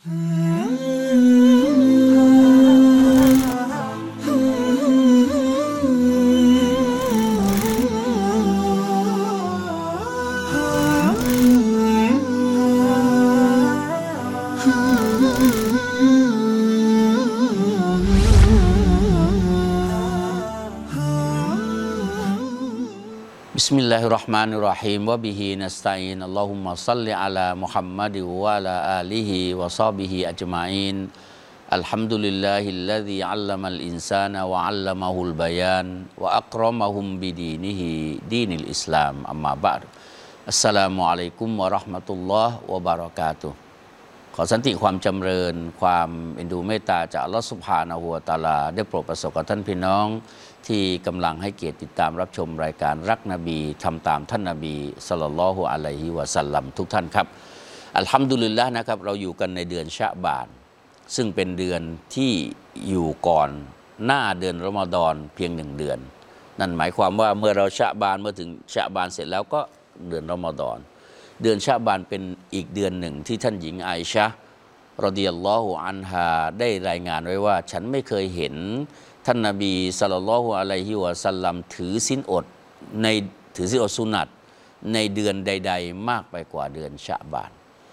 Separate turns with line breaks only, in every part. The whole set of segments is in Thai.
Bismillahirrahmanirrahim wa bihi nasta'in Allahumma salli ala Muhammad wa ala alihi wa sahbihi ajma'in Alhamdulillahilladzi 'allamal insana wa 'allamahul bayan wa akramahum bidinihi dinil Islam amma ba'd Assalamualaikum warahmatullahi wabarakatuhขอสันติความจำเริญความเอ็นดูเมตตาจากอัลเลาะห์ซุบฮานะฮูวะตะอาลาได้โปรดประสบกับท่านพี่น้องที่กำลังให้เกียรติติดตามรับชมรายการรักนบีทำตามท่านนบีศ็อลลัลลอฮุอะลัยฮิวะซัลลัมทุกท่านครับอัลฮัมดุลิลละห์นะครับเราอยู่กันในเดือนชะบานซึ่งเป็นเดือนที่อยู่ก่อนหน้าเดือนรอมฎอนเพียง1เดือนนั่นหมายความว่าเมื่อเราชะบานเมื่อถึงชะบานเสร็จแล้วก็เดือนรอมฎอนเดือนชะบานเป็นอีกเดือนหนึ่งที่ท่านหญิงอาอิชะห์รอฎิยัลลอฮุอันฮาได้รายงานไว้ว่าฉันไม่เคยเห็นท่านนบีศ็อลลัลลอฮุอะลัยฮิวะซัลลัมถือศีลอดสุนัตในเดือนใดๆมากไปกว่าเดือนชะบาน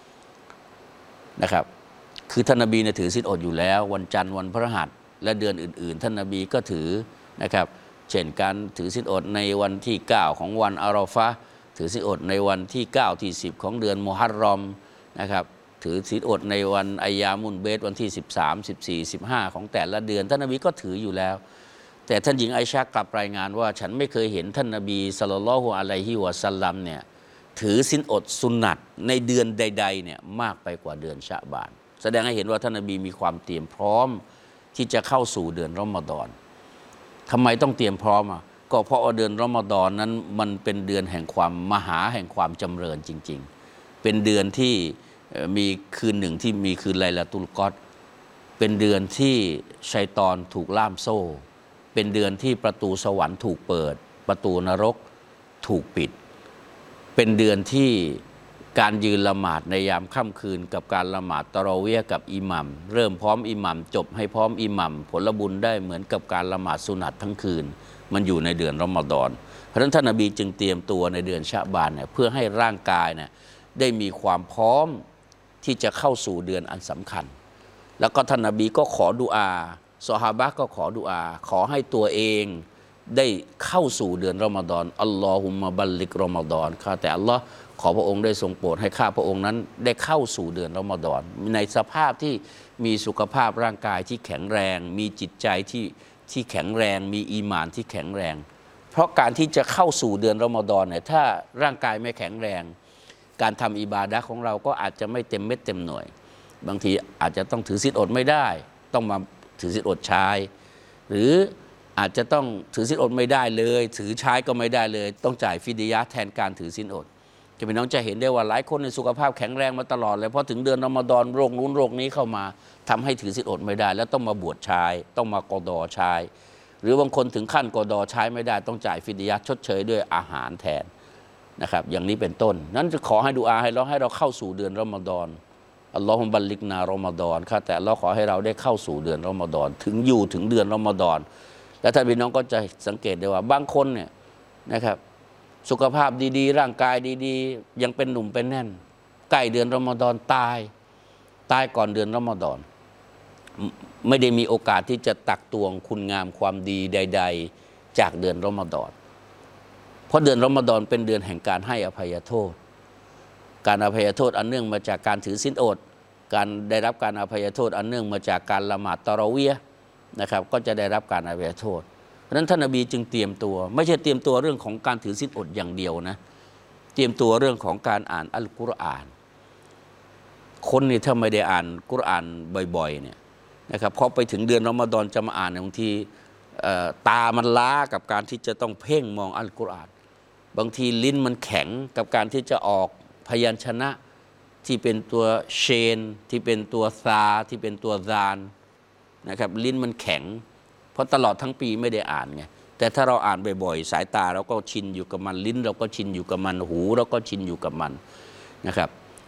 นะครับคือท่านนบีถือศีลอดอยู่แล้ววันจันทร์วันพฤหัสและเดือนอื่นๆท่านนบีก็ถือนะครับเช่นการถือศีลอดในวันที่9ของวันอาราฟะห์ถือศีลอดในวันที่9ที่10ของเดือนมุฮัรรอมนะครับถือศีลอดในวันอัยยามุนเบสวันที่13 14 15ของแต่ละเดือนท่านนบีก็ถืออยู่แล้วแต่ท่านหญิงอาอิชะห์กลับรายงานว่าฉันไม่เคยเห็นท่านนบีศ็อลลัลลอฮุอะลัยฮิวะซัลลัมเนี่ยถือศีลอดสุนัตในเดือนใดๆเนี่ยมากไปกว่าเดือนชะบานแสดงให้เห็นว่าท่านนบีมีความเตรียมพร้อมที่จะเข้าสู่เดือนรอมฎอนทำไมต้องเตรียมพร้อมก็เพราะว่าเดือนรอมฎอนนั้นมันเป็นเดือนแห่งความมหาแห่งความจำเริญจริงๆเป็นเดือนที่มีคืนหนึ่งที่มีคืนไลลาตุลกอดเป็นเดือนที่ชัยฏอนถูกล่ามโซ่เป็นเดือนที่ประตูสวรรค์ถูกเปิดประตูนรกถูกปิดเป็นเดือนที่การยืนละหมาดในยามค่ำคืนกับการละหมาดตะเราะวีห์กับอิหมัมเริ่มพร้อมอิหมัมจบให้พร้อมอิหมัมผลบุญได้เหมือนกับการละหมาดสุนัตทั้งคืนมันอยู่ในเดือนรอมฎอนเพราะฉะนั้นท่านนบีจึงเตรียมตัวในเดือนชะบานเนี่ยเพื่อให้ร่างกายเนี่ยได้มีความพร้อมที่จะเข้าสู่เดือนอันสำคัญแล้วก็ท่านนบีก็ขอดุอาซอฮาบะห์ก็ขอดุอาขอให้ตัวเองได้เข้าสู่เดือนรอมฎอนอัลลอฮุมมะบัลลิกรอมฎอนข้าแต่อัลลอฮ์ขอพระองค์ได้ทรงโปรดให้ข้าพระองค์นั้นได้เข้าสู่เดือนรอมฎอนในสภาพที่มีสุขภาพร่างกายที่แข็งแรงมีจิตใจที่แข็งแรงมีอีหม่านที่แข็งแรงเพราะการที่จะเข้าสู่เดือนรอมฎอนเนี่ยถ้าร่างกายไม่แข็งแรงการทำอิบาดะห์ของเราก็อาจจะไม่เต็มเม็ดเต็มหน่วยบางทีอาจจะต้องถือศีลอดไม่ได้ต้องมาถือศีลอดใช้หรืออาจจะต้องถือศีลอดไม่ได้เลยถือใช้ก็ไม่ได้เลยต้องจ่ายฟิดยะห์แทนการถือศีลอดจะเป็นน้องจะเห็นได้ว่าหลายคนในสุขภาพแข็งแรงมาตลอดเลยพอถึงเดือนรอมฎอนโรคนู้นโรคนี้เข้ามาทำให้ถือศีลอดไม่ได้แล้วต้องมาบวชใช้ต้องมากอฎอใช้หรือบางคนถึงขั้นกอฎอใช้ไม่ได้ต้องจ่ายฟิดยะห์ชดเชยด้วยอาหารแทนนะครับอย่างนี้เป็นต้นนั้นจะขอให้ดุอาให้เราเข้าสู่เดือนรอมฎอนอัลลอฮุมบัลลิกนารอมฎอนข้าแต่เราขอให้เราได้เข้าสู่เดือนรอมฎอนถึงเดือนรอมฎอนและท่านพี่น้องก็จะสังเกตได้ว่าบางคนเนี่ยนะครับสุขภาพดีๆร่างกายดีๆยังเป็นหนุ่มเป็นแน่นใกล้เดือนรอมฎอนตายก่อนเดือนรอมฎอนไม่ได้มีโอกาสที่จะตักตวงคุณงามความดีใดๆจากเดือนรอมฎอนเพราะเดือนรอมฎอนเป็นเดือนแห่งการให้อภัยโทษการอภัยโทษอันเนื่องมาจากการถือศีลอดการได้รับการอภัยโทษอันเนื่องมาจากการละหมาดตะเราะวีห์นะครับก็จะได้รับการอภัยโทษเพราะฉะนั้นท่านนบีจึงเตรียมตัวไม่ใช่เตรียมตัวเรื่องของการถือศีลอดอย่างเดียวนะเตรียมตัวเรื่องของการอ่านอัลกุรอานคนนี่ถ้าไม่ได้อ่านกุรอานบ่อยๆเนี่ยนะครับพอไปถึงเดือนรอมฎอนจะมาอ่านบางทีตามันล้ากับการที่จะต้องเพ่งมองอัลกุรอานบางทีลิ้นมันแข็งกับการที่จะออกพยัญชนะที่เป็นตัวเชนที่เป็นตัวซาที่เป็นตัวซานนะครับลิ้นมันแข็งเพราะตลอดทั้งปีไม่ได้อ่านไงแต่ถ้าเราอ่านบ่อยๆสายตาเราก็ชินอยู่กับมันลิ้นเราก็ชินอยู่กับมันหูเราก็ชินอยู่กับมันนะครับ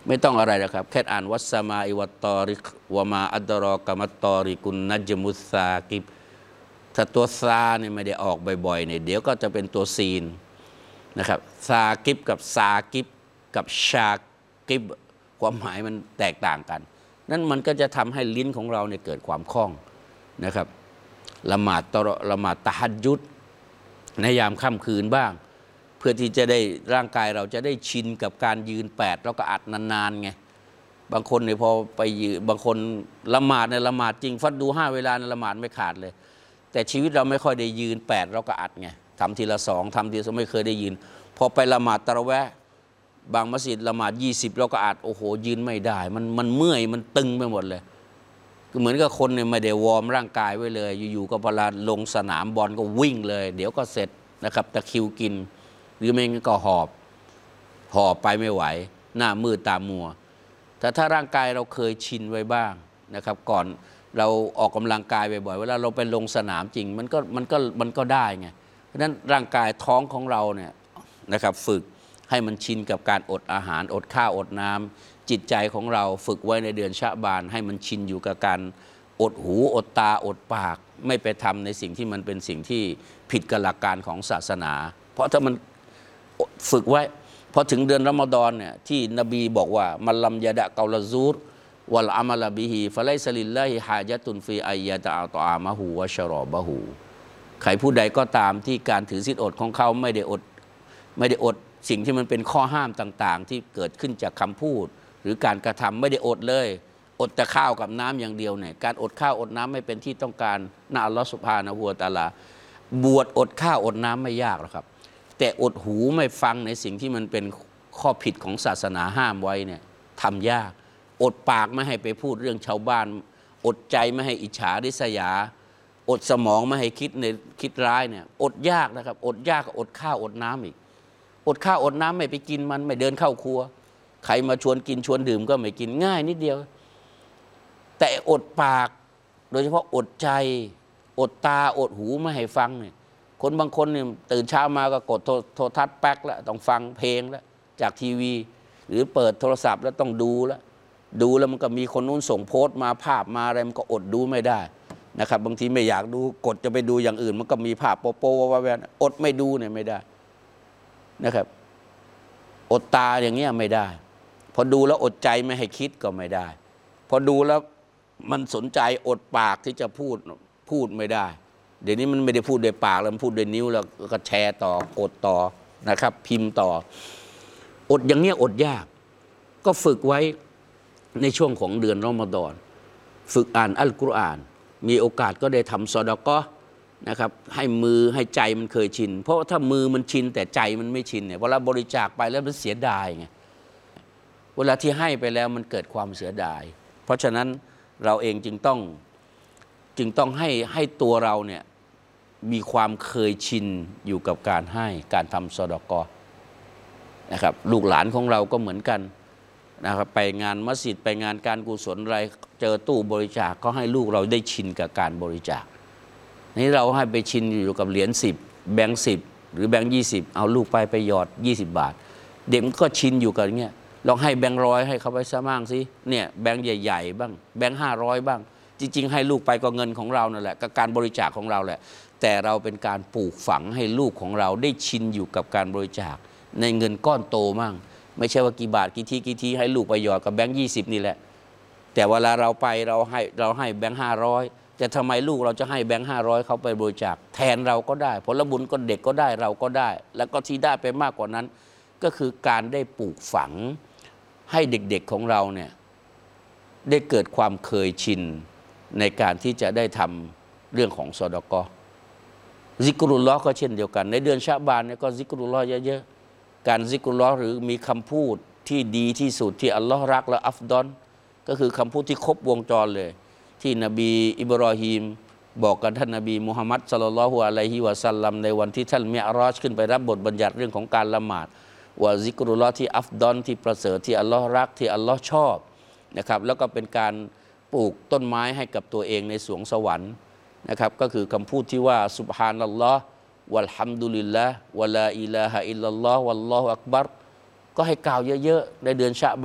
ไม่ต้องอะไรนะครับแค่อ่านวัสสมาอิวัตตอริกวะมาอัดรอกะมัตตอริกุนนัจมุสซากิบถ้าตัวซาเนี่ยไม่ได้ออกบ่อยๆเนี่ยเดี๋ยวก็จะเป็นตัวซีนนะครับซากิบกับซากิบกับชากิบความหมายมันแตกต่างกันนั้นมันก็จะทำให้ลิ้นของเราเนี่ยเกิดความคล่องนะครับละหมาดตะฮัจญุดในยามค่ำคืนบ้างเพื่อที่จะได้ร่างกายเราจะได้ชินกับการยืน8แล้วก็อัดนานๆไงบางคนเนี่ยพอไปยืนบางคนละหมาดเนี่ยละหมาดจริงฟัดดู5 เวลาเนี่ยละหมาดไม่ขาดเลยแต่ชีวิตเราไม่ค่อยได้ยืน8แล้วก็อัดไงทำทีละ2ทำทีละ2ไม่เคยได้ยืนพอไปละหมาดตะเราะแวะบางมัสยิดละหมาด20แล้วก็อัดโอ้โหยืนไม่ได้มันเมื่อยมันตึงไปหมดเลยก็เหมือนกับคนเนี่ยไม่ได้วอร์มร่างกายไว้เลยอยู่ๆก็พอลงสนามบอลก็วิ่งเลยเดี๋ยวก็เสร็จนะครับตะคริวกินหรือไม่งั้นก็หอบไปไม่ไหวหน้ามืดตามัวแต่ถ้าร่างกายเราเคยชินไว้บ้างนะครับก่อนเราออกกำลังกายบ่อยๆเวลาเราไปลงสนามจริงมันก็ได้ไงเพราะฉะนั้นร่างกายท้องของเราเนี่ยนะครับฝึกให้มันชินกับการอดอาหารอดข้าวอดน้ำจิตใจของเราฝึกไว้ในเดือนชะบานให้มันชินอยู่กับการอดหูอดตาอดปากไม่ไปทำในสิ่งที่มันเป็นสิ่งที่ผิดกับหลักการของศาสนาเพราะถ้ามันฝึกไว้พอถึงเดือนรอมฎอนเนี่ยที่นบีบอกว่ามันลัมยะดะเกาลาซูรวัลอามัลบิฮิฟะไลซะลิลลาฮิฮาญะตุนฟีอัยยะตะอัตอามะฮูวะชะรอบะฮูใครผู้ใดก็ตามที่การถือศีลอดของเขาไม่ได้อดสิ่งที่มันเป็นข้อห้ามต่างๆที่เกิดขึ้นจากคำพูดหรือการกระทำไม่ได้อดเลยอดแต่ข้าวกับน้ำอย่างเดียวเนี่ยการอดข้าวอดน้ำไม่เป็นที่ต้องการนะอัลลอฮฺซุบฮานะฮูวะตะอาลาบวชอดข้าวอดน้ำไม่ยากหรอกครับแต่อดหูไม่ฟังในสิ่งที่มันเป็นข้อผิดของศาสนาห้ามไว้เนี่ยทำยากอดปากไม่ให้ไปพูดเรื่องชาวบ้านอดใจไม่ให้อิจฉาริษยาอดสมองไม่ให้คิดร้ายเนี่ยอดยากนะครับอดยากกว่าอดข้าวอดน้ำอีกอดข้าวอดน้ำไม่ไปกินมันไม่เดินเข้าครัวใครมาชวนกินชวนดื่มก็ไม่กินง่ายนิดเดียวแต่อดปากโดยเฉพาะอดใจอดตาอดหูไม่ให้ฟังเนี่ยคนบางคนเนี่ยตื่นเช้ามาก็กดโทรทัศน์แป๊กแล้วต้องฟังเพลงแล้วจากทีวีหรือเปิดโทรศัพท์แล้วต้องดูแล้วมันก็มีคนนู้นส่งโพสต์มาภาพมาอะไรมันก็อดดูไม่ได้นะครับบางทีไม่อยากดูกดจะไปดูอย่างอื่นมันก็มีภาพโป๊ะๆว่าอดไม่ดูเนี่ยไม่ได้นะครับอดตาอย่างเงี้ยไม่ได้พอดูแล้วอดใจไม่ให้คิดก็ไม่ได้พอดูแล้วมันสนใจอดปากที่จะพูดไม่ได้เดี๋ยวนี้มันไม่ได้พูดด้วยปากแล้วมันพูดด้วยนิ้วแล้วก็แชร์ต่อกดต่อนะครับพิมพ์ต่ออดอย่างเงี้ยอดยากก็ฝึกไว้ในช่วงของเดือนรอมฎอนฝึกอ่านอัลกุรอานมีโอกาสก็ได้ทำซอดาเกาะห์นะครับให้มือให้ใจมันเคยชินเพราะว่าถ้ามือมันชินแต่ใจมันไม่ชินเนี่ยเวลาบริจาคไปแล้วมันเสียดายไงเวลาที่ให้ไปแล้วมันเกิดความเสียดายเพราะฉะนั้นเราเองจึงต้องให้ตัวเราเนี่ยมีความเคยชินอยู่กับการให้การทำซอดาเกาะห์นะครับลูกหลานของเราก็เหมือนกันนะครับไปงานมัสยิดไปงานการกุศลอะไรเจอตู้บริจาคก็ให้ลูกเราได้ชินกับการบริจาคนี่เราให้ไปชินอยู่กับเหรียญ10แบงค์10หรือแบงค์20เอาลูกไปหยอด20 บาทเด็กก็ชินอยู่กับอย่างเงี้ยลองให้แบงค์100ให้เขาไปซะมั่งสิเนี่ยแบงค์ใหญ่ๆบ้างแบงค์500บ้างจริงๆให้ลูกไปก็เงินของเรานั่นแหละกับการบริจาคของเราแหละแต่เราเป็นการปลูกฝังให้ลูกของเราได้ชินอยู่กับการบริจาคในเงินก้อนโตมั่งไม่ใช่ว่ากี่บาทกี่ทีให้ลูกไปหยอดกับแบงค์20นี่แหละแต่เวลาเราไปเราให้แบงค์500แต่ทำไมลูกเราจะให้แบงค์500เขาไปบริจาคแทนเราก็ได้ผลบุญก็เด็กก็ได้เราก็ได้แล้วก็ที่ได้ไปมากกว่านั้นก็คือการได้ปลูกฝังให้เด็กๆของเราเนี่ยได้เกิดความเคยชินในการที่จะได้ทำเรื่องของซอดาเกาะห์ซิกรุลลอฮ์ก็เช่นเดียวกันในเดือนชะบานเนี่ยก็ซิกรุลลอฮ์เยอะๆการซิกรุลลอฮ์หรือมีคำพูดที่ดีที่สุดที่อัลลอฮ์รักและอัฟดอลก็คือคำพูดที่ครบวงจรเลยที่นบีอิบรอฮีมบอกกับท่านนบีมุฮัมมัดศ็อลลัลลอฮุอะลัยฮิวะซัลลัมในวันที่ท่านมิอ์ราจขึ้นไปรับบทบัญญัติเรื่องของการละหมาดว่าซิกรุลลอฮ์ที่อัฟดอลที่ประเสริฐที่อัลลอฮ์รักที่อัลลอฮ์ชอบนะครับแล้วก็เป็นการปลูกต้นไม้ให้กับตัวเองในสวงสวรรค์นะครับก็คือคำพูดที่ว่าซุบฮานัลลอฮ์วัลฮัมดุลิลลาห์วะลาอิลาฮะอิลลัลลอฮ์วัลลอฮุอักบัรก็ให้กล่าวเยอะๆในเดือนชะบาน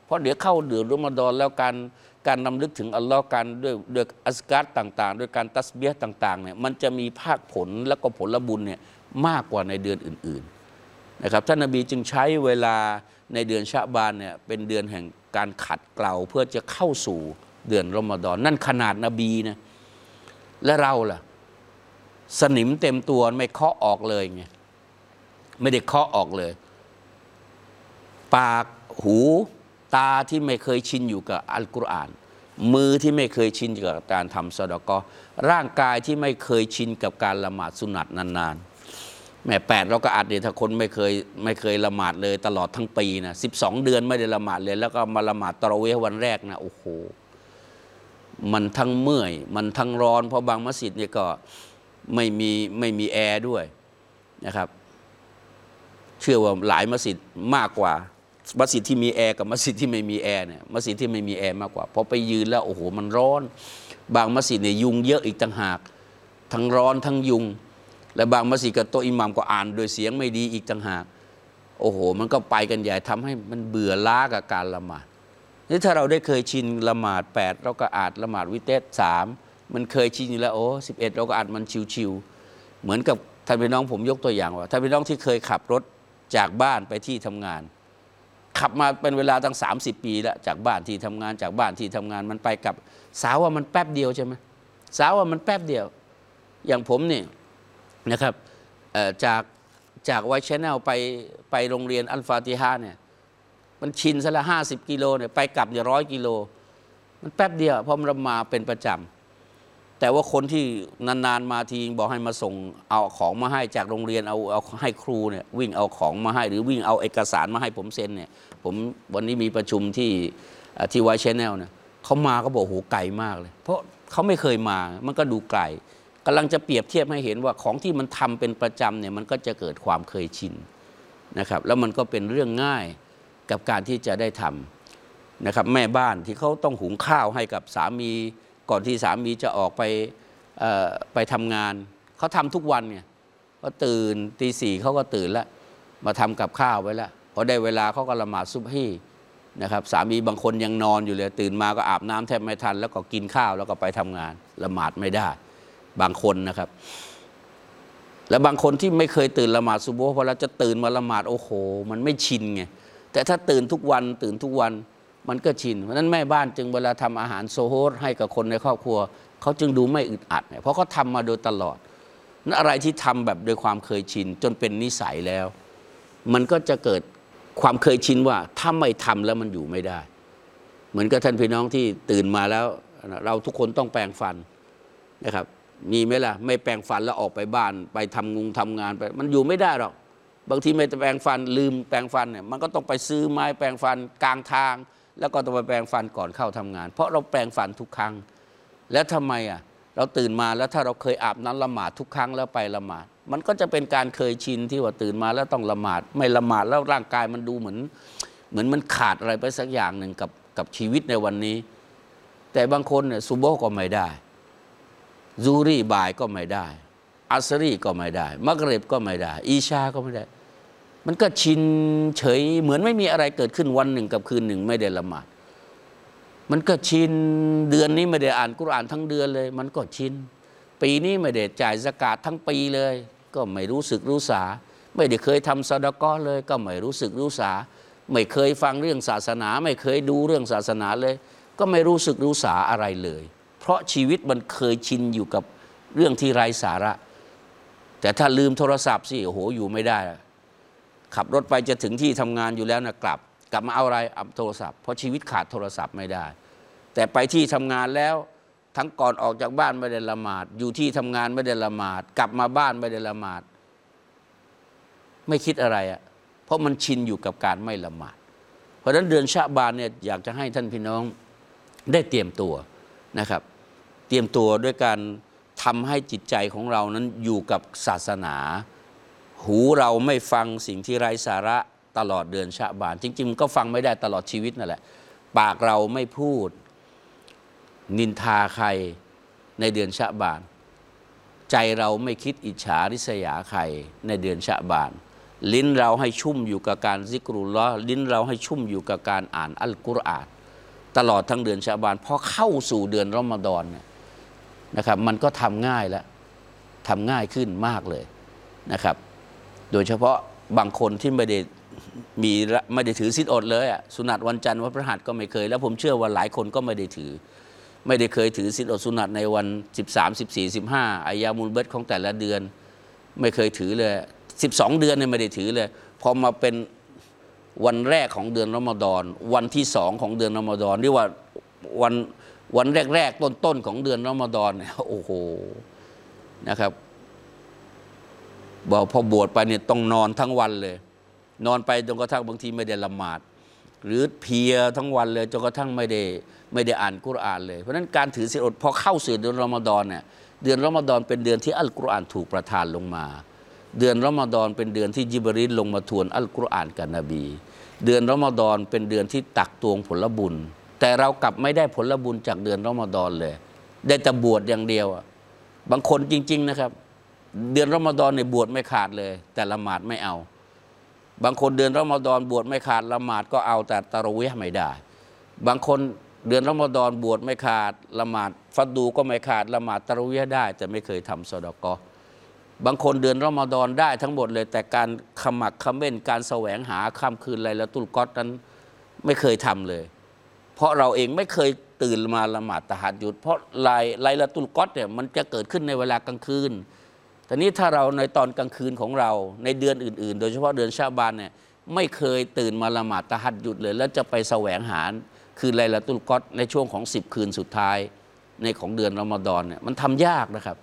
เพราะเดี๋ยวเข้าเดือนรอมฎอนแล้วการนำลึกถึงอัลลอฮ์การด้วยอัสการ์ต่างๆด้วยการตัสบีฮ์ต่างๆเนี่ยมันจะมีภาคผลแล้วก็ผลบุญเนี่ยมากกว่าในเดือนอื่นๆนะครับท่านนบีจึงใช้เวลาในเดือนชะบานเนี่ยเป็นเดือนแห่งการขัดเกลาเพื่อจะเข้าสู่เดือนรอมฎอนนั่นขนาดนบีนะและเราล่ะสนิมเต็มตัวไม่เคาะออกเลยไงไม่ได้เคาะออกเลยปากหูตาที่ไม่เคยชินอยู่กับอัลกุรอานมือที่ไม่เคยชินกับการทำซอดาเกาะห์ร่างกายที่ไม่เคยชินกับการละหมาดสุนัตนานๆแม่8เราก็อาจเนี่ยถ้าคนไม่เคยละหมาดเลยตลอดทั้งปีนะ12 เดือนไม่ได้ละหมาดเลยแล้วก็มาละหมาดตะเราะเวห์วันแรกนะโอ้โหมันทั้งเมื่อยมันทั้งร้อนเพราะบางมัสยิดเนี่ยก็ไม่มีแอร์ด้วยนะครับเชื่อว่าหลายมัสยิดมากกว่ามัสยิดที่มีแอร์กับมัสยิดที่ไม่มีแอร์เนี่ยมัสยิดที่ไม่มีแอร์มากกว่าพอไปยืนแล้วโอ้โหมันร้อนบางมัสยิดเนี่ยยุงเยอะอีกต่างหากทั้งร้อนทั้งยุงและบางมัสยิดกับโต๊ะอิหมัมก็อ่านโดยเสียงไม่ดีอีกต่างหากโอ้โหมันก็ไปกันใหญ่ทำให้มันเบื่อล้ากับการละหมาดนี่ถ้าเราได้เคยชินละหมาด8เราก็อาจละหมาดวิเตส3มันเคยชินอยู่แล้วโอ้11เราก็อาจมันชิวๆเหมือนกับท่านพี่น้องผมยกตัวอย่างว่าท่านพี่น้องที่เคยขับรถจากบ้านไปที่ทำงานขับมาเป็นเวลาตั้ง30 ปีแล้วจากบ้านที่ทำงานจากบ้านที่ทำงานมันไปกับสาวว่ามันแป๊บเดียวใช่ไหมสาวว่ามันแป๊บเดียวอย่างผมนี่นะครับจากไวท์แชนแนลไปโรงเรียนอัลฟาติฮาเนี่ยมันชินซะละ50 กิโลเนี่ยไปกลับเนี่ย100 กิโลมันแป๊บเดียวเพราะมันมาเป็นประจำแต่ว่าคนที่นานๆมาทีบอกให้มาส่งเอาของมาให้จากโรงเรียนเอาให้ครูเนี่ยวิ่งเอาของมาให้หรือวิ่งเอาเอกสารมาให้ผมเซ็นเนี่ยผมวันนี้มีประชุมที่ไวท์แชนแนลเนี่ยเขามาก็บอกโหไกลมากเลยเพราะเขาไม่เคยมามันก็ดูไกลกำลังจะเปรียบเทียบให้เห็นว่าของที่มันทำเป็นประจำเนี่ยมันก็จะเกิดความเคยชินนะครับแล้วมันก็เป็นเรื่องง่ายกับการที่จะได้ทำนะครับแม่บ้านที่เขาต้องหุงข้าวให้กับสามีก่อนที่สามีจะออกไปทำงานเขาทำทุกวันเนี่ยก็ตื่นตี 4เขาก็ตื่นแล้วมาทำกับข้าวไว้แล้วพอได้เวลาเขาก็ละหมาดซุบฮีนะครับสามีบางคนยังนอนอยู่เลยตื่นมาก็อาบน้ำแทบไม่ทันแล้วก็กินข้าวแล้วก็ไปทำงานละหมาดไม่ได้บางคนนะครับและบางคนที่ไม่เคยตื่นละหมาดซุบฮ์พอเราจะตื่นมาละหมาดโอ้โหมันไม่ชินไงแต่ถ้าตื่นทุกวันมันก็ชินเพราะนั้นแม่บ้านจึงเวลาทำอาหารโซโฮสให้กับคนในครอบครัวเขาจึงดูไม่อึดอัดเพราะเขาทำมาโดยตลอดนั่นอะไรที่ทำแบบโดยความเคยชินจนเป็นนิสัยแล้วมันก็จะเกิดความเคยชินว่าถ้าไม่ทำแล้วมันอยู่ไม่ได้เหมือนกับท่านพี่น้องที่ตื่นมาแล้วเราทุกคนต้องแปรงฟันนะครับมีไหมล่ะไม่แปรงฟันแล้วออกไปบ้านไปทำงานไปมันอยู่ไม่ได้หรอกบางทีไม่แปรงฟันลืมแปรงฟันเนี่ยมันก็ต้องไปซื้อไม้แปรงฟันกลางทางแล้วก็ต้องไปแปรงฟันก่อนเข้าทำงานเพราะเราแปรงฟันทุกครั้งแล้วทำไมเราตื่นมาแล้วถ้าเราเคยอาบน้ำละหมาดทุกครั้งแล้วไปละหมาดมันก็จะเป็นการเคยชินที่ว่าตื่นมาแล้วต้องละหมาดไม่ละหมาดแล้วร่างกายมันดูเหมือนมันขาดอะไรไปสักอย่างหนึ่งกับชีวิตในวันนี้แต่บางคนเนี่ยซุบฮ์ก็ไม่ได้ซูรีบ่ายก็ไม่ได้อัสรีก็ไม่ได้มักริบก็ไม่ได้อีชาก็ไม่ได้มันก็ชินเฉยเหมือนไม่มีอะไรเกิดขึ้นวันหนึ่งกับคืนหนึ่งไม่ได้ละหมาดมันก็ชินเดือนนี้ไม่ได้อ่านกุรอานทั้งเดือนเลยมันก็ชินปีนี้ไม่ได้จ่ายซะกาตทั้งปีเลยก็ไม่รู้สึกรู้สาไม่ได้เคยทำซอดาเกาะห์เลยก็ไม่รู้สึกรู้สาไม่เคยฟังเรื่องศาสนาไม่เคยดูเรื่องศาสนาเลยก็ไม่รู้สึกรู้สาอะไรเลยเพราะชีวิตมันเคยชินอยู่กับเรื่องที่ไร้สาระแต่ถ้าลืมโทรศัพท์สิโอ้โหอยู่ไม่ได้ขับรถไปจะถึงที่ทำงานอยู่แล้วนะกลับมาเอาอะไรเอาโทรศัพท์เพราะชีวิตขาดโทรศัพท์ไม่ได้แต่ไปที่ทำงานแล้วทั้งก่อนออกจากบ้านไม่ได้ละหมาดอยู่ที่ทำงานไม่ได้ละหมาดกลับมาบ้านไม่ได้ละหมาดไม่คิดอะไรเพราะมันชินอยู่กับการไม่ละหมาดเพราะฉะนั้นเดือนชะบานเนี่ยอยากจะให้ท่านพี่น้องได้เตรียมตัวนะครับเตรียมตัวด้วยการทำให้จิตใจของเรานั้นอยู่กับศาสนาหูเราไม่ฟังสิ่งที่ไร้สาระตลอดเดือนชะบานจริงๆก็ฟังไม่ได้ตลอดชีวิตนั่นแหละปากเราไม่พูดนินทาใครในเดือนชะบานใจเราไม่คิดอิจฉาริษยาใครในเดือนชะบานลิ้นเราให้ชุ่มอยู่กับการซิกรุลลอฮ์ลิ้นเราให้ชุ่มอยู่กับการอ่านอัลกุรอานตลอดทั้งเดือนชะบานพอเข้าสู่เดือนรอมฎอนเนี่ยนะครับมันก็ทำง่ายแล้วทำง่ายขึ้นมากเลยนะครับโดยเฉพาะบางคนที่ไม่ได้ถือศีลอดเลยอ่ะสุนัตวันจันทร์วันพฤหัสก็ไม่เคยแล้วผมเชื่อว่าหลายคนก็ไม่ได้เคยถือศีลอดสุนัตในวัน13 14 15อายามุลเบิดของแต่ละเดือนไม่เคยถือเลย12เดือนเนี่ยไม่ได้ถือเลยพอมาเป็นวันแรกของเดือนรอมฎอนวันที่2ของเดือนรอมฎอนเรียกว่าวันแรกต้นของเดือนรอมฎอนเนี่ยโอ้โหนะครับบอกพอบวชไปเนี่ยต้องนอนทั้งวันเลยนอนไปจนกระทั่งบางทีไม่ได้ละหมาดหรือเพลียทั้งวันเลยจนกระทั่งไม่ได้อ่านกุรอานเลยเพราะฉะนั้นการถือศีลอดพอเข้าสู่เดือนรอมฎอนเนี่ยเดือนรอมฎอนเป็นเดือนที่อัลกุรอานถูกประทานลงมาเดือนรอมฎอนเป็นเดือนที่ญิบรีลลงมาทวนอัลกุรอานกับนบีเดือนรอมฎอนเป็นเดือนที่ตักตวงผลบุญแต่เรากลับไม่ได้ผลบุญจากเดือนรอมฎอนเลยได้แต่บวชอย่างเดียวบางคนจริงๆนะครับเดือนรอมฎอนเนี่ยบวชไม่ขาดเลยแต่ละหมาดไม่เอาบางคนเดือนรอมฎอนบวชไม่ขาดละหมาดก็เอาแต่ตะเราะวีห์ไม่ได้บางคนเดือนรอมฎอนบวชไม่ขาดละหมาดฟัดดูก็ไม่ขาดละหมาดตะเราะวีห์ได้แต่ไม่เคยทำซอดาเกาะห์บางคนเดือนรอมฎอนได้ทั้งหมดเลยแต่การขมักเขม้นการแสวงหาค่ำคืนไลลาตุลกอดนั้นไม่เคยทำเลยเพราะเราเองไม่เคยตื่นมาละหมาดตะฮัดยุดเพราะไลลาตุลกอดเนี่ยมันจะเกิดขึ้นในเวลากลางคืนแต่นี้ถ้าเราในตอนกลางคืนของเราในเดือนอื่นๆโดยเฉพาะเดือนชะบานเนี่ยไม่เคยตื่นมาละหมาดตะฮัดยุดเลยแล้วจะไปแสวงหาคืนไลลาตุลกอดในช่วงของ10 คืนสุดท้ายในของเดือนรอมฎอนเนี่ยมันทำยากนะครับ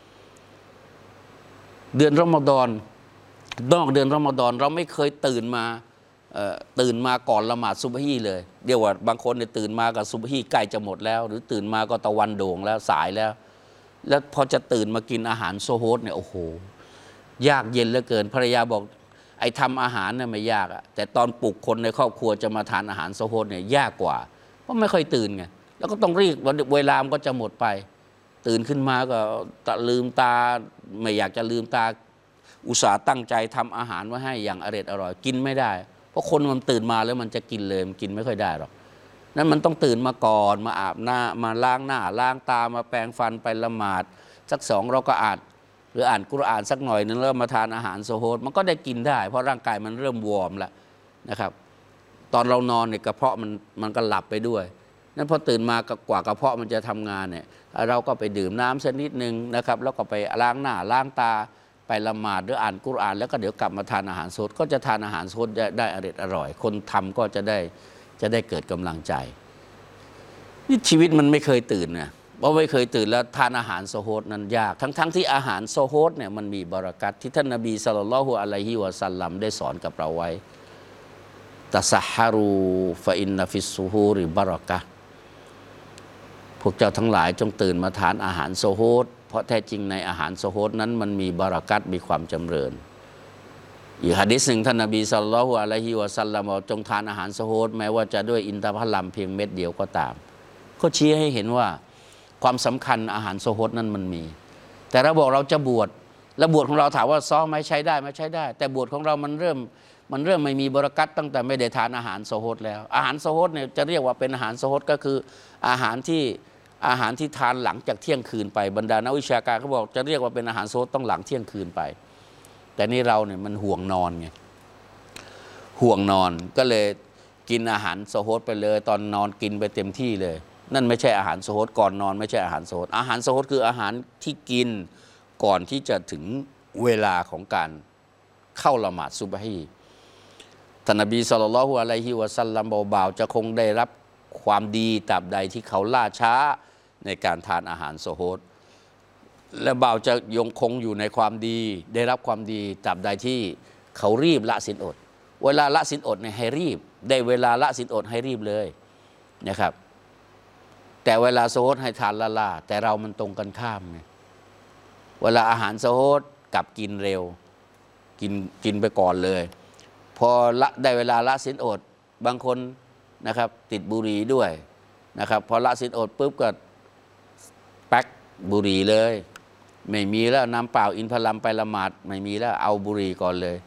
เดือนรอมฎอนนอกเดือนรอมฎอนเราไม่เคยตื่นมาก่อนละหมาดซุบฮีเลยเดี๋ยวว่าบางคนเนี่ยตื่นมากับซุบฮีใกล้จะหมดแล้วหรือตื่นมาก็ตะวันโด่งแล้วสายแล้วพอจะตื่นมากินอาหารโซโฮดเนี่ยโอ้โหยากเย็นเหลือเกินภรรยาบอกไอ้ทำอาหารเนี่ยไม่ยากอะแต่ตอนปลุกคนในครอบครัวจะมาทานอาหารโซโฮดเนี่ยยากกว่าเพราะไม่ค่อยตื่นไงแล้วก็ต้องรีบเวลามันก็จะหมดไปตื่นขึ้นมาก็ลืมตาไม่อยากจะลืมตาอุตส่าห์ตั้งใจทำอาหารไว้ให้อย่างอร่อยกินไม่ได้เพราะคนมันตื่นมาแล้วมันจะกินเลยมันกินไม่ค่อยได้หรอกนั้นมันต้องตื่นมาก่อนมาอาบน้ำมาล้างหน้าล้างตามาแปรงฟันไปละหมาดสัก2เราก็อ่านหรืออ่านกุรอานสักหน่อยนึงแล้วมาทานอาหารโซโฮดมันก็ได้กินได้เพราะร่างกายมันเริ่มวอร์มแล้วนะครับตอนเรานอนเนี่ยกระเพาะมันก็หลับไปด้วยนั้นพอตื่นมากว่ากระเพาะมันจะทำงานเนี่ยเราก็ไปดื่มน้ำสักนิดนึงนะครับแล้วก็ไปล้างหน้าล้างตาไปละหมาดหรืออ่านกุรอานแล้วก็เดี๋ยวกลับมาทานอาหารโซดก็จะทานอาหารโซดได้อร่อยคนทำก็จะได้เกิดกำลังใจนี่ชีวิตมันไม่เคยตื่นนะเพราะไม่เคยตื่นแล้วทานอาหารโซโฮดนั้นยากทั้งที่อาหารโซโฮดเนี่ยมันมีบารอกัตที่ท่านนบีศ็อลลัลลอฮุอะลัยฮิวะซัลลัมได้สอนกับเราไว้ตะซะฮารูฟะอินนะฟิสซูฮูริบารอกะห์พวกเจ้าทั้งหลายจงตื่นมาทานอาหารโซโฮดเพราะแท้จริงในอาหารโซโฮดนั้นมันมีบารอกัตมีความจำเริญอีกหะดีษหนึ่งท่านนบีศ็อลลัลลอฮุอะลัยฮิวะซัลลัมบอกจงทานอาหารโซโฮดแม้ว่าจะด้วยอินทผลัมเพียงเม็ดเดียวก็ตามก็ชี้ให้เห็นว่าความสำคัญอาหารโซโฮดนั้นมันมีแต่เราบอกเราจะบวชแล้วบวชของเราถามว่าซ้อมไหมใช้ได้ไหมใช้ได้แต่บวชของเรามันเริ่มไม่มีบารอกัตตั้งแต่ไม่ได้ทานอาหารโซโฮดแล้วอาหารโซโฮดเนี่ยจะเรียกว่าเป็นอาหารโซโฮดก็คืออาหารที่ทานหลังจากเที่ยงคืนไปบรรดานักวิชาการเขาบอกจะเรียกว่าเป็นอาหารโซโฮดต้องหลังเที่ยงคืนไปแต่นี่เราเนี่ยมันห่วงนอนไงห่วงนอนก็เลยกินอาหารโซโฮดไปเลยตอนนอนกินไปเต็มที่เลยนั่นไม่ใช่อาหารโซโฮดก่อนนอนไม่ใช่อาหารโซโฮดอาหารโซโฮดคืออาหารที่กินก่อนที่จะถึงเวลาของการเข้าละหมาดซุบฮีท่านนบีศ็อลลัลลอฮุอะลัยฮิวะซัลลัมบอกบ่าวจะคงได้รับความดีตราบใดที่เขาล่าช้าในการทานอาหารโซโฮดและบ่าวจะยังคงอยู่ในความดีได้รับความดีตราบใดที่เขารีบละศีลอดเวลาละศีลอดเนี่ยให้รีบได้เวลาละศีลอดให้รีบเลยนะครับแต่เวลาโซโฮดให้ทานละแต่เรามันตรงกันข้ามไงเวลาอาหารโซโฮดกลับกินเร็วกินไปก่อนเลยพอละได้เวลาละศีลอดบางคนนะครับติดบุหรี่ด้วยนะครับพอละศีลอดปุ๊บก็แป๊กบุหรี่เลยไม่มีแล้วน้ำเปล่าอินทผลัมไปละหมาดไม่มีแล้วเอาบุหรี่ก่อนเลย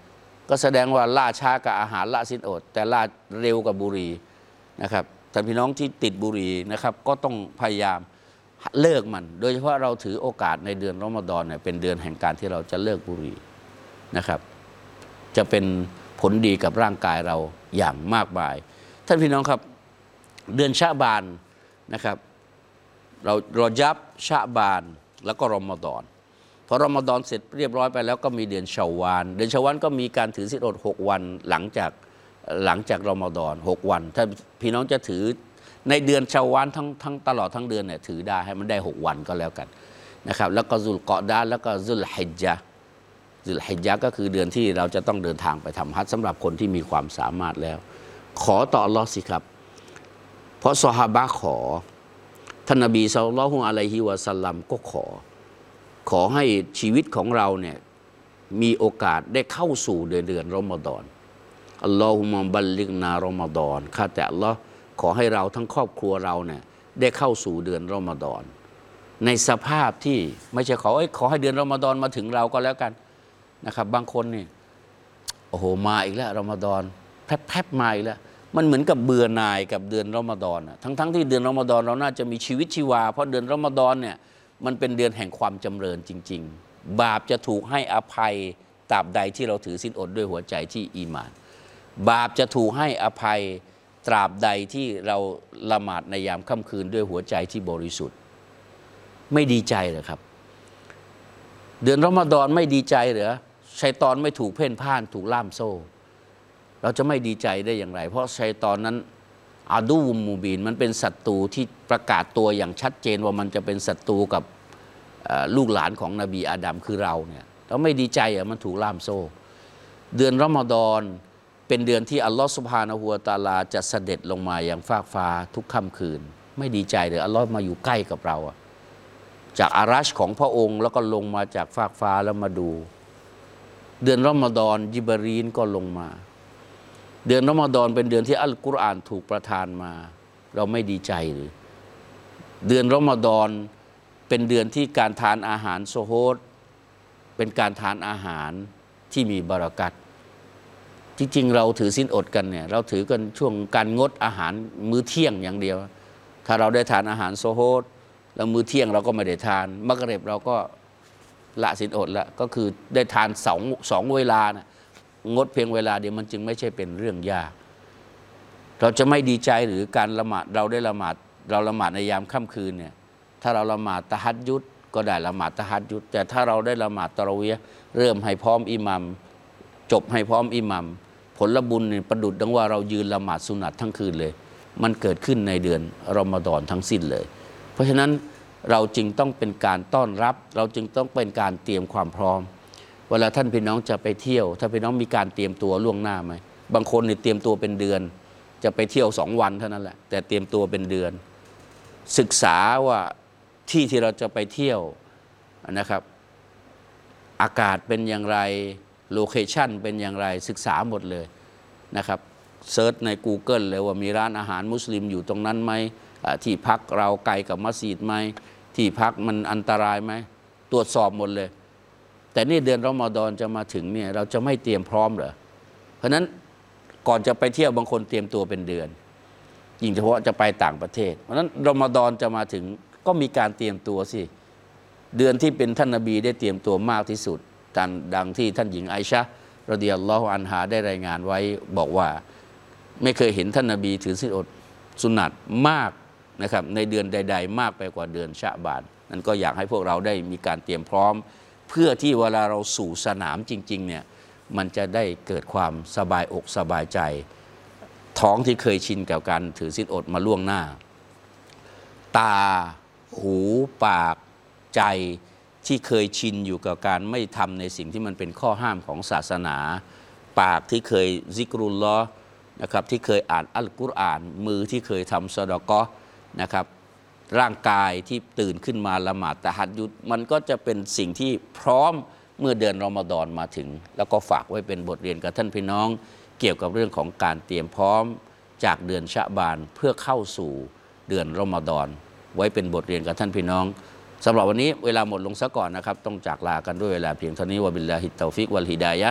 ก็แสดงว่าล่าช้ากับอาหารละสิ้นอดแต่ล่าเร็วกับบุหรี่นะครับท่านพี่น้องที่ติดบุหรี่นะครับก็ต้องพยายามเลิกมันโดยเฉพาะเราถือโอกาสในเดือนรอมฎอนเนี่ยเป็นเดือนแห่งการที่เราจะเลิกบุหรี่นะครับจะเป็นผลดีกับร่างกายเราอย่างมากมายท่านพี่น้องครับเดือนชะบานนะครับเรารอญับชะบานแล้วก็รอมฎอนพอรอมฎอนเสร็จเรียบร้อยไปแล้วก็มีเดือนชาวาลเดือนชาวาลก็มีการถือศีลอด6 วันหลังจากรอมฎอน6 วันถ้าพี่น้องจะถือในเดือนชาวาลทั้งตลอดทั้งเดือนเนี่ยถือได้ให้มันได้6 วันก็แล้วกันนะครับแล้วก็ซุลกอดาแล้วก็ซุลฮิจญะห์ซุลฮิจญะห์ก็คือเดือนที่เราจะต้องเดินทางไปทำฮัจญ์สำหรับคนที่มีความสามารถแล้วขอต่ออัลเลาะห์สิครับเพราะซอฮาบะห์ขอท่านนบีศ็อลลัลลอฮุอะลัยฮิวะซัลลัมก็ขอให้ชีวิตของเราเนี่ยมีโอกาสได้เข้าสู่เดือนรอมฎอนอัลลอฮุมะบัลลิกนารอมฎอนข้าแต่อัลลอฮ์ขอให้เราทั้งครอบครัวเราเนี่ยได้เข้าสู่เดือนรอมฎอนในสภาพที่ไม่ใช่ขอให้เดือนรอมฎอนมาถึงเราก็แล้วกันนะครับบางคนนี่โอ้โหมาอีกแล้วรอมฎอนแพบมาอีกแล้วมันเหมือนกับเบื่อหน่ายกับเดือนรอมฎอนทั้งที่เดือนรอมฎอนเราน่าจะมีชีวิตชีวาเพราะเดือนรอมฎอนเนี่ยมันเป็นเดือนแห่งความจำเริญจริงๆบาปจะถูกให้อภัยตราบใดที่เราถือศีลอดด้วยหัวใจที่อีหม่านบาปจะถูกให้อภัยตราบใดที่เราละหมาดในยามค่ำคืนด้วยหัวใจที่บริสุทธิ์ไม่ดีใจเหรอครับเดือนรอมฎอนไม่ดีใจเหรอชัยฏอนไม่ถูกเพ่นพ่านถูกล่ามโซ่เราจะไม่ดีใจได้อย่างไรเพราะชัยฏอนนั้นอาดูวุมมูบีนมันเป็นศัตรูที่ประกาศตัวอย่างชัดเจนว่ามันจะเป็นศัตรูกับลูกหลานของนบีอาดัมคือเราเนี่ยเราไม่ดีใจมันถูกล่ามโซ่เดือนรอมฎอนเป็นเดือนที่อัลลอฮฺซุบฮานะฮูวะตะอาลาจะเสด็จลงมาอย่างฟากฟ้าทุกค่ำคืนไม่ดีใจเลยอัลลอฮฺมาอยู่ใกล้กับเราจากอารัชของพระองค์แล้วก็ลงมาจากฟากฟ้าแล้วมาดูเดือนรอมฎอนญิบรีลก็ลงมาเดือนรอมฎอนเป็นเดือนที่อัลกุรอานถูกประทานมาเราไม่ดีใจหรือเดือนรอมฎอนเป็นเดือนที่การทานอาหารโซโฮดเป็นการทานอาหารที่มีบารอกัตจริงๆเราถือศีลอดกันเนี่ยเราถือกันช่วงการงดอาหารมื้อเที่ยงอย่างเดียวถ้าเราได้ทานอาหารโซโฮดแล้วมื้อเที่ยงเราก็ไม่ได้ทานมักริบเราก็ละศีลอดแล้วก็คือได้ทานสองเวลานะงดเพียงเวลาเดียวมันจึงไม่ใช่เป็นเรื่องยากเราจะไม่ดีใจหรือการละหมาดเราละหมาดในยามค่ำคืนเนี่ยถ้าเราละหมาดตะฮัจญุดก็ได้ละหมาดตะฮัจญุดแต่ถ้าเราได้ละหมาดตะเราะวียะห์เริ่มให้พร้อมอิหมัมจบให้พร้อมอิหมัมผลบุญประดุจดังว่าเรายืนละหมาดสุนัตทั้งคืนเลยมันเกิดขึ้นในเดือนรอมฎอนทั้งสิ้นเลยเพราะฉะนั้นเราจึงต้องเป็นการต้อนรับเราจึงต้องเป็นการเตรียมความพร้อมเวลาท่านพี่น้องจะไปเที่ยวถ้าพี่น้องมีการเตรียมตัวล่วงหน้าไหมบางคนเนี่ยเตรียมตัวเป็นเดือนจะไปเที่ยว2 วันเท่านั้นแหละแต่เตรียมตัวเป็นเดือนศึกษาว่าที่เราจะไปเที่ยวนะครับอากาศเป็นอย่างไรโลเคชั่นเป็นอย่างไรศึกษาหมดเลยนะครับเซิร์ชใน Google เลยว่ามีร้านอาหารมุสลิมอยู่ตรงนั้นไหมที่พักเราไกลกับมัสยิดไหมที่พักมันอันตรายไหมตรวจสอบหมดเลยแต่นี่เดือนรอมฎอนจะมาถึงเนี่ยเราจะไม่เตรียมพร้อมเหรอเพราะนั้นก่อนจะไปเที่ยวบางคนเตรียมตัวเป็นเดือนยิ่งเฉพาะจะไปต่างประเทศเพราะนั้นรอมฎอนจะมาถึงก็มีการเตรียมตัวสิเดือนที่เป็นท่านนบีได้เตรียมตัวมากที่สุดดังที่ท่านหญิงไอชะห์รอฎิยัลลอฮุอันฮาได้รายงานไว้บอกว่าไม่เคยเห็นท่านนบีถือศีลอดสุนัตมากนะครับในเดือนใดๆมากไปกว่าเดือนชะบานนั้นก็อยากให้พวกเราได้มีการเตรียมพร้อมเพื่อที่เวลาเราสู่สนามจริงๆเนี่ยมันจะได้เกิดความสบายอกสบายใจท้องที่เคยชินกับการถือศีลอดมาล่วงหน้าตาหูปากใจที่เคยชินอยู่กับการไม่ทำในสิ่งที่มันเป็นข้อห้ามของศาสนาปากที่เคยซิกรุลลอฮ์นะครับที่เคยอ่านอัลกุรอานมือที่เคยทำซอดาเกาะห์นะครับร่างกายที่ตื่นขึ้นมาละหมาดตะฮัจญุดมันก็จะเป็นสิ่งที่พร้อมเมื่อเดือนรอมฎอนมาถึงแล้วก็ฝากไว้เป็นบทเรียนกับท่านพี่น้องเกี่ยวกับเรื่องของการเตรียมพร้อมจากเดือนชะบานเพื่อเข้าสู่เดือนรอมฎอนไว้เป็นบทเรียนกับท่านพี่น้องสำหรับวันนี้เวลาหมดลงซะก่อนนะครับต้องจากลากันด้วยเวลาเพียงเท่านี้วะบิลลาฮิตตอฟิกวัลฮิดายะฮ์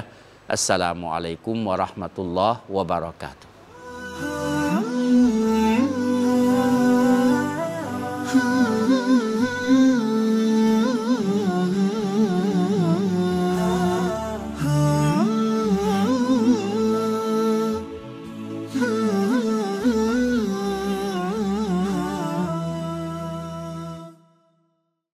อัสสลามุอะลัยกุมวะเราะห์มะตุลลอฮ์วะบะเราะกาตุฮ์